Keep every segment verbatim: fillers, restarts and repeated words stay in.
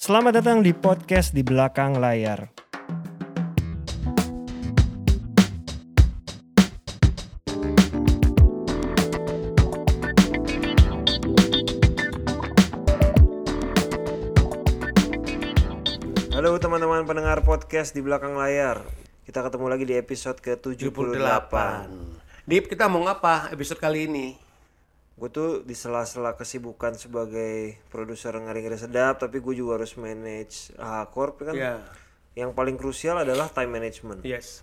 Selamat datang di podcast Di Belakang Layar. Halo teman-teman pendengar podcast Di Belakang Layar. Kita ketemu lagi di episode ke tujuh puluh delapan. Dip, kita mau ngapa episode kali ini? Gue tuh di sela-sela kesibukan sebagai produser ngeri-ngeri sedap, tapi gue juga harus manage H Corp kan. Yeah. Yang paling krusial adalah time management. Yes.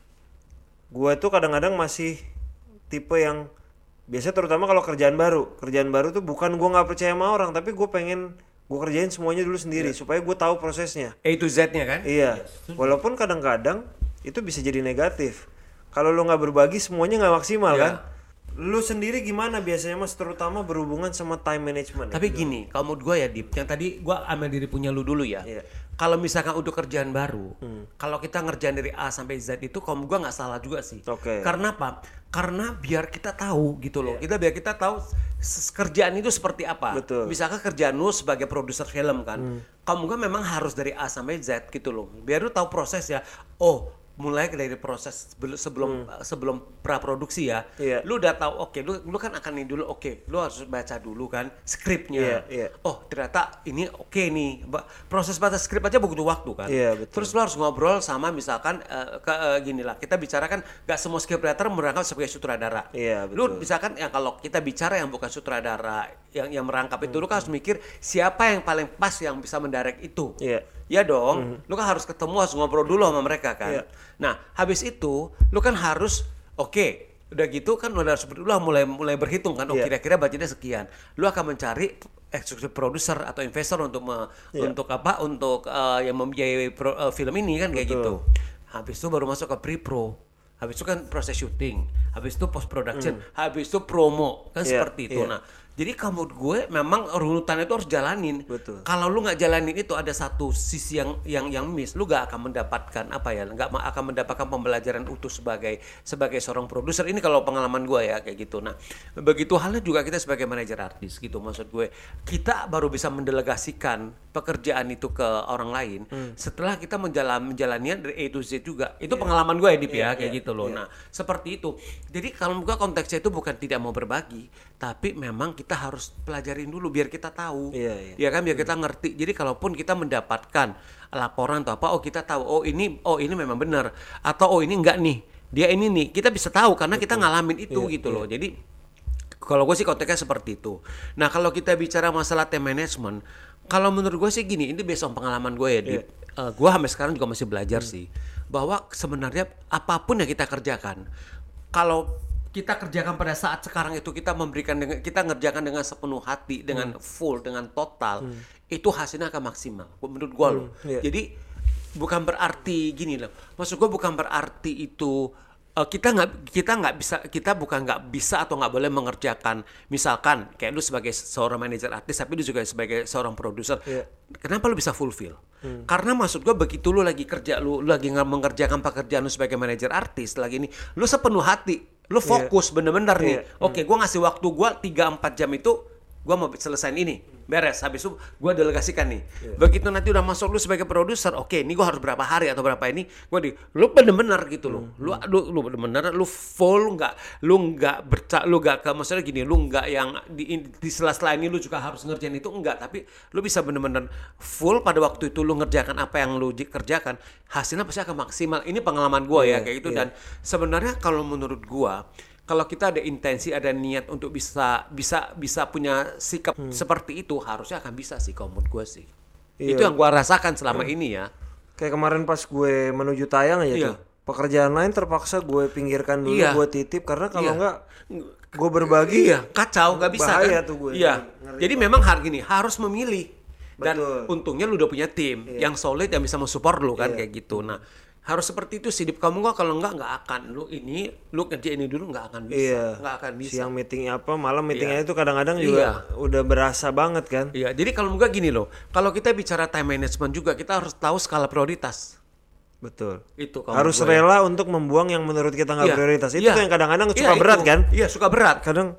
Gue tuh kadang-kadang masih tipe yang biasanya terutama kalau kerjaan baru. Kerjaan baru tuh bukan gue nggak percaya sama orang, tapi gue pengen gue kerjain semuanya dulu sendiri yeah. supaya gue tahu prosesnya. A to Z-nya kan? Iya. Yes. Walaupun kadang-kadang itu bisa jadi negatif. Kalau lo nggak berbagi semuanya nggak maksimal yeah. kan? Lu sendiri gimana biasanya mas, terutama berhubungan sama time management? Tapi ya, gini, kalau menurut gue ya Dip, yang tadi gue ambil diri punya lu dulu ya. Yeah. Kalau misalkan untuk kerjaan baru, hmm. kalau kita ngerjain dari A sampai Z itu, kalau gue nggak salah juga sih. Oke. Okay. Karena apa? Karena biar kita tahu gitu loh. Yeah. Kita biar kita tahu kerjaan itu seperti apa. Betul. Misalkan kerjaan lu sebagai produser film kan, hmm. kamu kan memang harus dari A sampai Z gitu loh. Biar lu tahu proses ya. Oh. Mulai dari proses sebelum hmm. sebelum praproduksi ya, yeah. lu udah tahu oke, okay, lu lu kan akan ini dulu, oke, okay, lu harus baca dulu kan skripnya, yeah, yeah. oh ternyata ini oke okay nih, proses baca skrip aja butuh waktu kan, yeah, betul. Terus lu harus ngobrol sama misalkan uh, ke uh, gini lah, kita bicara kan gak semua scriptwriter merangkap sebagai sutradara, yeah, betul. Lu misalkan ya kalau kita bicara yang bukan sutradara, yang yang merangkap itu, hmm. lu kan harus mikir siapa yang paling pas yang bisa mendirect itu. Yeah. Ya dong, mm-hmm. lu kan harus ketemu, harus ngobrol dulu sama mereka kan. Yeah. Nah, habis itu lu kan harus oke, okay, udah gitu kan udah harus lu mulai mulai berhitung kan. Oh, yeah. Kira-kira budgetnya sekian. Lu akan mencari executive producer atau investor untuk me, yeah. untuk apa? Untuk uh, yang membiayai pro, uh, film ini kan. Betul. Kayak gitu. Habis itu baru masuk ke pre-pro. Habis itu kan proses syuting, habis itu post production, mm. habis itu promo kan yeah. seperti itu. Yeah. Nah, jadi kamu gue memang runutannya itu harus jalanin. Betul. Kalau lu nggak jalanin itu ada satu sisi yang yang yang miss, lu nggak akan mendapatkan apa ya, nggak akan mendapatkan pembelajaran utuh sebagai sebagai seorang produser. Ini kalau pengalaman gue ya kayak gitu. Nah, begitu halnya juga kita sebagai manajer artis gitu. Maksud gue, kita baru bisa mendelegasikan pekerjaan itu ke orang lain hmm. setelah kita menjalan menjalaninya dari A to Z juga. Itu yeah. pengalaman gue ya Dip yeah, ya kayak yeah, gitu loh. Yeah. Nah, seperti itu. Jadi kalau gue konteksnya itu bukan tidak mau berbagi, tapi memang kita kita harus pelajarin dulu biar kita tahu, iya, ya iya. kan biar kita ngerti. Jadi kalaupun kita mendapatkan laporan atau apa, oh kita tahu, oh ini, oh ini memang benar, atau oh ini enggak nih, dia ini nih, kita bisa tahu karena Betul. Kita ngalamin itu iya, gitu iya. loh. Jadi kalau gue sih konteksnya seperti itu. Nah kalau kita bicara masalah time management, kalau menurut gue sih gini, ini based on pengalaman gue ya, iya. uh, gue sampai sekarang juga masih belajar hmm. sih, bahwa sebenarnya apapun yang kita kerjakan, kalau kita kerjakan pada saat sekarang itu kita memberikan dengan kita ngerjakan dengan sepenuh hati, dengan hmm. full, dengan total, hmm. itu hasilnya akan maksimal menurut gua hmm. loh. Yeah. Jadi bukan berarti gini loh. Maksud gua bukan berarti itu uh, kita nggak kita nggak bisa kita bukan nggak bisa atau nggak boleh mengerjakan, misalkan kayak lu sebagai seorang manajer artis tapi lu juga sebagai seorang produser. Yeah. Kenapa lu bisa fulfill? Hmm. Karena maksud gua begitu lu lagi kerja lu, lu lagi mengerjakan pekerjaan lu sebagai manajer artis lagi ini, lu sepenuh hati. Lu fokus yeah. bener-bener nih. Yeah. Oke, okay, gue ngasih waktu gue tiga sampai empat jam itu gue mau selesaiin ini. Beres. Habis itu gue delegasikan nih. Yeah. Begitu nanti udah masuk lu sebagai produser, oke, okay, ini gue harus berapa hari atau berapa ini, gue di lu bener-bener gitu loh. Hmm. Lu lu lu bener-bener lu full nggak lu nggak berca lu nggak ke maksudnya gini, lu nggak yang di, di sela-sela ini lu juga harus ngerjain itu enggak, tapi lu bisa bener-bener full pada waktu itu lu ngerjakan apa yang lu kerjakan, hasilnya pasti akan maksimal. Ini pengalaman gue yeah, ya kayak gitu yeah. Dan sebenarnya kalau menurut gue, kalau kita ada intensi, ada niat untuk bisa bisa bisa punya sikap hmm. seperti itu, harusnya akan bisa sih kalau menurut gue sih. Iya. Itu yang gue rasakan selama hmm. ini ya. Kayak kemarin pas gue menuju tayang aja iya. tuh, pekerjaan lain terpaksa gue pinggirkan dulu, iya. gue titip karena kalau iya. enggak gue berbagi, iya, kacau, nggak bisa bahaya kan? Tuh gue. Iya. Jadi banget. Memang hari ini harus memilih. Dan Betul. Untungnya lu udah punya tim iya. yang solid yang bisa mensupport lu kan iya. kayak gitu. Nah, harus seperti itu sih. Kamu gak kalau enggak nggak akan lu ini lu kerja ini dulu nggak akan bisa iya. nggak akan bisa. Siang meetingnya apa, malam meetingnya iya. itu kadang-kadang juga iya. udah berasa banget kan. Iya. Jadi kalau enggak gini loh, kalau kita bicara time management juga kita harus tahu skala prioritas. Betul. Itu harus rela ya. Untuk membuang yang menurut kita nggak iya. prioritas. Itu iya. tuh yang kadang-kadang suka iya, berat itu. kan? Iya suka berat. Kadang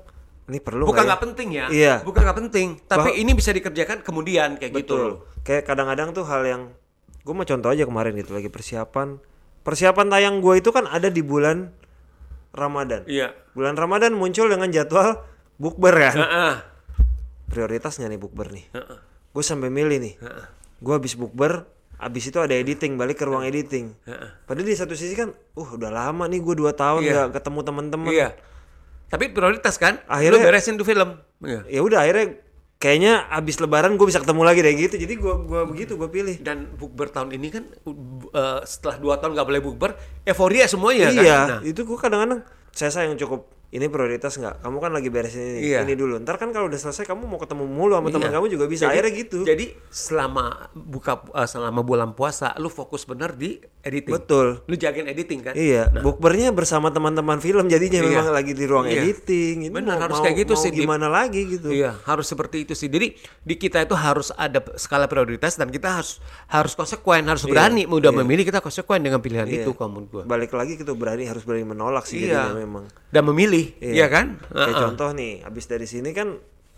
ini perlu Bukan nggak nggak ya? penting ya, Iya. bukan nggak penting, tapi Bah- ini bisa dikerjakan kemudian kayak gitu Betul. loh. Kayak kadang-kadang tuh hal yang gue mau contoh aja kemarin gitu lagi persiapan. Persiapan tayang gue itu kan ada di bulan Ramadan. Iya. Bulan Ramadan muncul dengan jadwal bukber kan. Heeh. Prioritasnya nih bukber nih. Heeh. Gue sampai milih nih. Heeh. Gue habis bukber, habis itu ada editing, balik ke ruang editing. Heeh. Padahal di satu sisi kan, uh udah lama nih gue dua tahun Iya. nggak ketemu teman-teman. Iya. Tapi prioritas kan, Akhirnya- lu beresin tuh film. Iya. Ya udah akhirnya kayaknya abis lebaran gue bisa ketemu lagi deh gitu. Jadi gue gua begitu gue pilih. Dan bukber tahun ini kan uh, setelah dua tahun nggak boleh bukber, euforia semuanya kan. Iya, Nah, itu gue kadang-kadang saya sayang cukup. Ini prioritas nggak? Kamu kan lagi beresin ini, Iya. ini dulu. Ntar kan kalau udah selesai kamu mau ketemu mulu sama teman iya. kamu juga bisa. Jadi- Akhirnya gitu. Jadi selama buka uh, selama bulan puasa, lu fokus bener di editing. Betul. Lu jagain editing kan? Iya, bukbernya bersama teman-teman film jadinya Iya. memang lagi di ruang Iya. editing. Ini Benar, mau- harus mau- kayak gitu mau sih, Dip. Gimana lagi gitu? Iya, harus seperti itu sih. Jadi di kita itu harus ada skala prioritas dan kita harus harus konsekuen, harus berani udah memilih, kita konsekuen dengan pilihan Iya. itu kalau menurut gua. Balik lagi kita berani harus berani menolak sih Iya. jadinya memang. Dan memilih, Iya. iya kan? Kayak Heeh. contoh nih, abis dari sini kan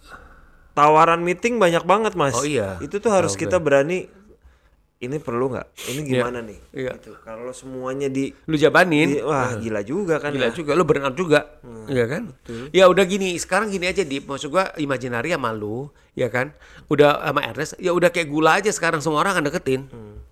tawaran meeting banyak banget mas. Oh iya. Itu tuh harus Tahu kita berani. Ini perlu nggak? Ini Iya. gimana nih? Iya. Gitu. Kalau semuanya di, Lu jabanin, di- wah gila juga kan. gila ya. juga, lu burn out juga, iya kan? Ya udah gini, sekarang gini aja Dip, maksud gua imajinari sama lu, ya kan? Udah sama Ernest, ya udah kayak gula aja sekarang semua orang akan deketin,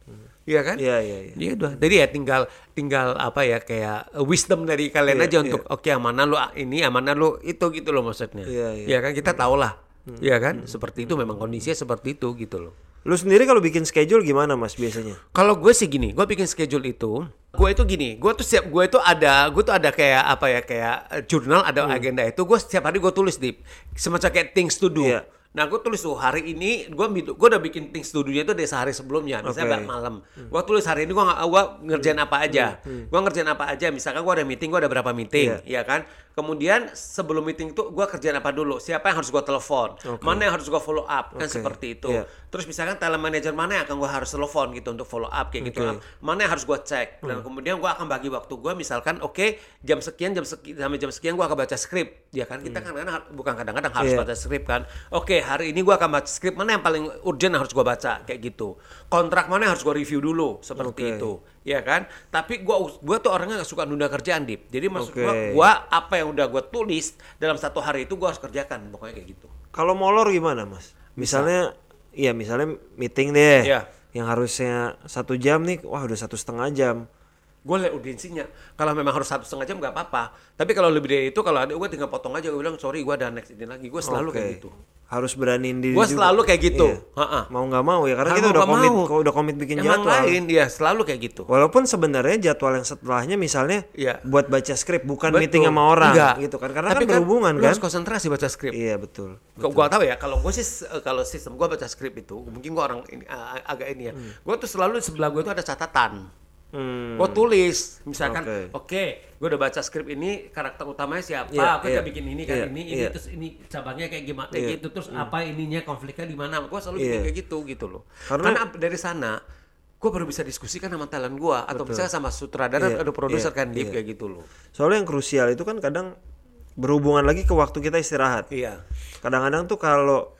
iya kan? Iya iya iya. Ya udah, jadi ya tinggal tinggal apa ya kayak wisdom dari kalian Iya, aja untuk oke yang mana lu ini, yang mana lu itu gitu loh maksudnya. Iya, iya. Ya kan kita tahu lah, ya kan? Seperti itu memang kondisinya seperti itu gitu loh. Lu sendiri kalau bikin schedule gimana mas biasanya? Kalau gue sih gini, gue bikin schedule itu, gue itu gini, gue tuh siap, gue itu ada, gue tuh ada kayak apa ya, kayak eh, jurnal, ada agenda itu, gue setiap hari gue tulis di semacam kayak things to do. Iya. Nah gue tulis tuh hari ini, gue gue udah bikin things to do-nya itu dari sehari sebelumnya, misalnya Oke. malam. Gue tulis hari ini gue nggak, gue ngerjain apa aja, gue ngerjain apa aja. Misalkan gue ada meeting, gue ada berapa meeting, ya kan? Kemudian sebelum meeting itu gue kerjain apa dulu? Siapa yang harus gue telepon? Oke. Mana yang harus gue follow up? Kan Oke. seperti itu. Iya. Terus misalkan talent manager mana yang akan gue harus telepon gitu untuk follow up kayak gitu. Oke. Mana yang harus gue cek dan kemudian gue akan bagi waktu gue misalkan oke jam sekian jam sekian sampai jam sekian gue akan baca skrip ya kan kita kadang-kadang har- bukan kadang-kadang harus Iya. baca skrip kan. Oke hari ini gue akan baca skrip mana yang paling urgent yang harus gue baca kayak gitu. Kontrak mana yang harus gue review dulu seperti Oke. itu ya kan. Tapi gue gue tuh orangnya gak suka nunda kerjaan Dip. Jadi maksud gue Oke. gue apa yang udah gue tulis dalam satu hari itu gue harus kerjakan pokoknya kayak gitu. Kalau molor gimana mas? Misalnya, iya misalnya meeting deh, Iya. yang harusnya satu jam nih, wah udah satu setengah jam. Gue liat urgensinya. Kalau memang harus satu setengah jam nggak apa-apa. Tapi kalau lebih dari itu, kalau ada gue tinggal potong aja. Gue bilang sorry, gue ada next ini lagi. Gue selalu Oke. kayak gitu. Harus beraniin diri Gue juga. selalu kayak gitu. Iya. Ha-ha. Mau nggak mau ya, karena Mau kita udah nggak komit, mau. kok udah komit bikin Emang jadwal. lain, ya selalu kayak gitu. Walaupun sebenarnya jadwal yang setelahnya misalnya Iya. buat baca skrip, bukan Betul. meeting sama orang, Enggak. gitu kan? Karena Tapi kan berhubungan lu kan? harus konsentrasi baca skrip. Iya betul. Kok gue tahu ya, kalau gue sih eh, kalau sistem gue baca skrip itu, mungkin gue orang ini, eh, agak ini ya. Gue tuh selalu di sebelah gue tuh ada catatan. Hmm. Gue tulis, misalkan, Oke. oke, gue udah baca skrip ini karakter utamanya siapa, Iya, aku iya. udah bikin ini kan Iya, ini, ini iya. terus ini cabangnya kayak gimana, kayak Iya. gitu, terus apa ininya konfliknya di mana, gue selalu bikin Iya. kayak gitu gitu loh. Karena- Karena, dari sana, gue baru bisa diskusikan sama talent gue atau misalnya sama sutradara Iya, atau produser iya, kan, Dip, iya. kayak gitu loh. Soalnya yang krusial itu kan kadang berhubungan lagi ke waktu kita istirahat. Iya. Kadang-kadang tuh kalau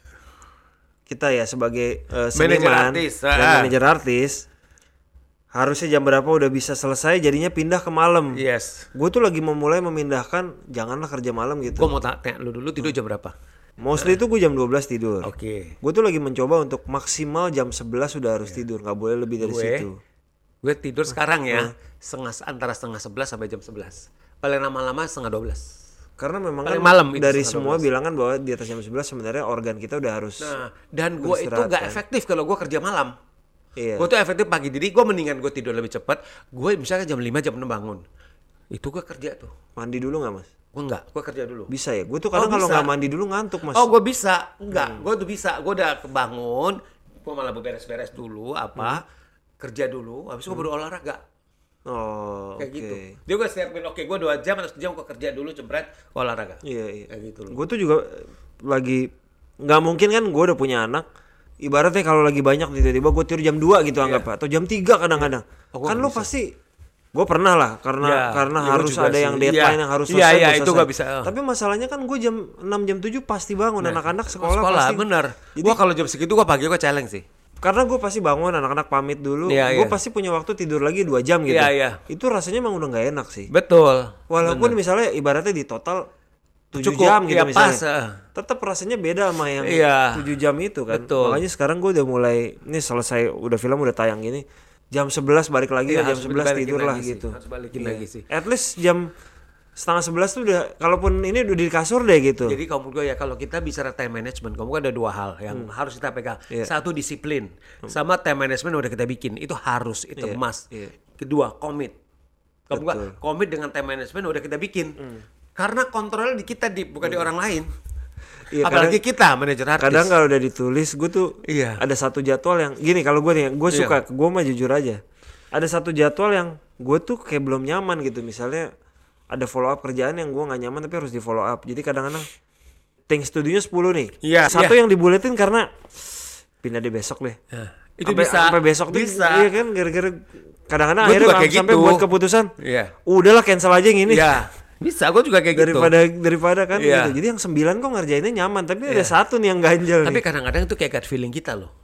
kita ya sebagai eh, Manajer seniman artis, dan ah. manajer artis harusnya jam berapa udah bisa selesai, jadinya pindah ke malam. Yes. Gue tuh lagi memulai memindahkan, janganlah kerja malam gitu. Gue mau tanya lu dulu tidur jam berapa? Mostly itu gue jam dua belas tidur. Oke. Gue tuh lagi mencoba untuk maksimal jam sebelas sudah harus tidur, nggak boleh lebih dari Gue- situ. Gue tidur sekarang ya, setengah antara setengah sebelas sampai jam sebelas. Paling lama-lama setengah dua belas. Karena memang Paling kan malam itu dari setengah semua bilangan bahwa di atas jam sebelas sebenarnya organ kita udah harus. Nah, dan gue itu beristirahat, gak kan? efektif kalau gue kerja malam. Iya. Gue tuh efektif pagi, jadi gue mendingan gue tidur lebih cepat. Gue misalnya jam lima jam enam bangun. Itu gue kerja tuh. Mandi dulu nggak mas? Gue enggak, gue kerja dulu. Bisa ya? Gue tuh kadang Oh, kalau bisa. nggak mandi dulu ngantuk mas. Oh gue bisa, enggak, gue tuh bisa. Gue udah kebangun, gue malah beres-beres dulu apa, kerja dulu, habis itu gue baru olahraga. Oh, Kayak oke. gitu. Dia gue siapin, oke gue dua jam atau sejam gue kerja dulu, jebret, gue olahraga. Iya iya. Kayak gitu loh. Gue tuh juga lagi nggak mungkin kan gue udah punya anak. Ibaratnya kalau lagi banyak tiba-tiba gue tidur jam dua gitu anggap atau jam tiga kadang-kadang. Oh, gua Kan nggak lu bisa. pasti Gue pernah lah karena Ya, karena ya gua harus juga ada sih. yang deadline Iya. yang harus Iya, selesai. iya, gua itu selesai. nggak bisa. Tapi masalahnya kan gue jam enam jam tujuh pasti bangun, anak-anak sekolah, Sekolah, pasti. bener. Jadi Gua kalau jam segitu gua pagi gua challenge sih. karena gue pasti bangun, anak-anak pamit dulu, Iya, gue iya. pasti punya waktu tidur lagi dua jam gitu. Iya, iya. Itu rasanya emang udah nggak enak sih. Betul. Walaupun misalnya ibaratnya di total tujuh Cukup, jam gitu iya, misalnya. pas, eh. Tetap rasanya beda sama yang Iya. tujuh jam itu kan. Betul. Makanya sekarang gue udah mulai, ini selesai udah film udah tayang gini, jam sebelas balik lagi Iya, ya, jam harus sebelas balikin tidur lah lagi sih, gitu. harus balikin Iya. lagi sih. At least jam setengah sebelas tuh udah, kalaupun ini udah di kasur deh gitu. Jadi kalau menurut gue ya kalau kita bicara time management, kamu kan ada dua hal yang harus kita pegang. Iya. Satu disiplin, sama time management udah kita bikin. Itu harus, itu Iya, must. iya. Kedua, komit. Kamu Betul. kan komit dengan time management udah kita bikin. Karena kontrol di kita di bukan di orang lain. Iya, Apalagi kita manajer artis. Kadang kalau udah ditulis gue tuh Iya. ada satu jadwal yang gini, kalau gue nih gue suka, gue mah jujur aja, ada satu jadwal yang gue tuh kayak belum nyaman gitu. Misalnya ada follow up kerjaan yang gue nggak nyaman tapi harus di follow up, jadi kadang-kadang things to do-nya sepuluh nih. Iya, Satu iya. yang dibuletin karena pindah deh besok deh. Nah, itu Sampai- bisa. sampai besok tuh, Bisa. iya kan, gara-gara kadang-kadang Gua akhirnya juga kayak sampai gitu. buat keputusan Iya. udahlah cancel aja yang ini Iya. Bisa, gue juga kayak gitu. daripada daripada kan Iya. gitu. Jadi yang sembilan kok ngerjainnya nyaman, tapi ada satu nih yang ganjel Tapi nih. kadang-kadang itu kayak gut feeling kita loh.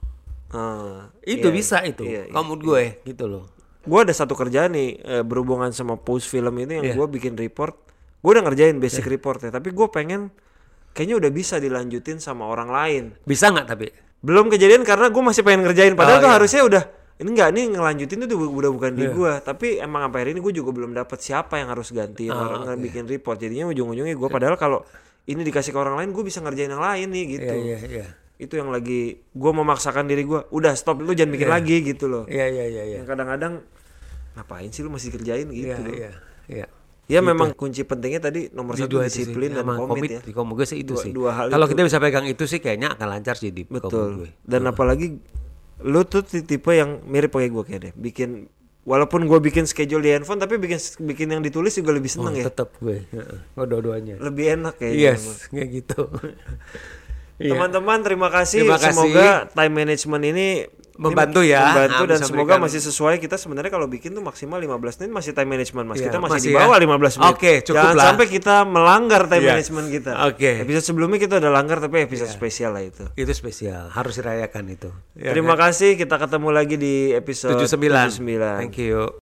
Ah, Itu iya, bisa itu. iya, iya. Kamu menurut gue gitu loh. Gue ada satu kerjaan nih eh, berhubungan sama post film itu yang Iya. gue bikin report. Gue udah ngerjain basic report ya, tapi gue pengen kayaknya udah bisa dilanjutin sama orang lain. Bisa nggak tapi? Belum kejadian karena gue masih pengen ngerjain. Oh, Padahal tuh iya. harusnya udah ini enggak nih ngelanjutin itu udah bukan di Iya. gue. Tapi emang sampai hari ini gue juga belum dapat siapa yang harus gantiin Oh, orang oke. bikin report. Jadinya ujung-ujungnya gue padahal kalau ini dikasih ke orang lain gue bisa ngerjain yang lain nih gitu. Iya, iya, iya. Itu yang lagi gue memaksakan diri gue. Udah stop, lu jangan bikin Iya. lagi gitu loh. Iya, iya, iya, iya. Yang kadang-kadang ngapain sih lu masih kerjain gitu Iya, loh. iya, iya. Ya memang kunci pentingnya tadi nomor Di satu dua itu sih. disiplin dan Emang komit, ya. Di komit gue sih itu Dua- sih. dua hal Kalau itu. kita bisa pegang itu sih kayaknya akan lancar sih di komit gue. Betul. Dan apalagi lu tuh ti- tipe yang mirip kayak gue kayak deh. Bikin walaupun gue bikin schedule di handphone tapi bikin bikin yang ditulis juga lebih Oh, seneng ya. tetap gue. Heeh. Gue dua-duanya. Lebih enak kayaknya. emang. Yes, kayak gitu. Iya. Teman-teman terima kasih. Terima kasih. Semoga time management ini Membantu ini ya. Ah, membantu dan bisa semoga berikan- masih sesuai. Kita sebenarnya kalau bikin tuh maksimal lima belas menit masih time management Mas. Iya, Kita masih, masih di bawah ya. lima belas menit. Oke, cukup Jangan lah. sampai kita melanggar time Iya. management kita. Oke. Episode sebelumnya kita udah langgar tapi episode spesial lah itu. Itu spesial, harus dirayakan itu. Ya Terima kan? kasih, kita ketemu lagi di episode tujuh puluh sembilan. tujuh puluh sembilan. Thank you.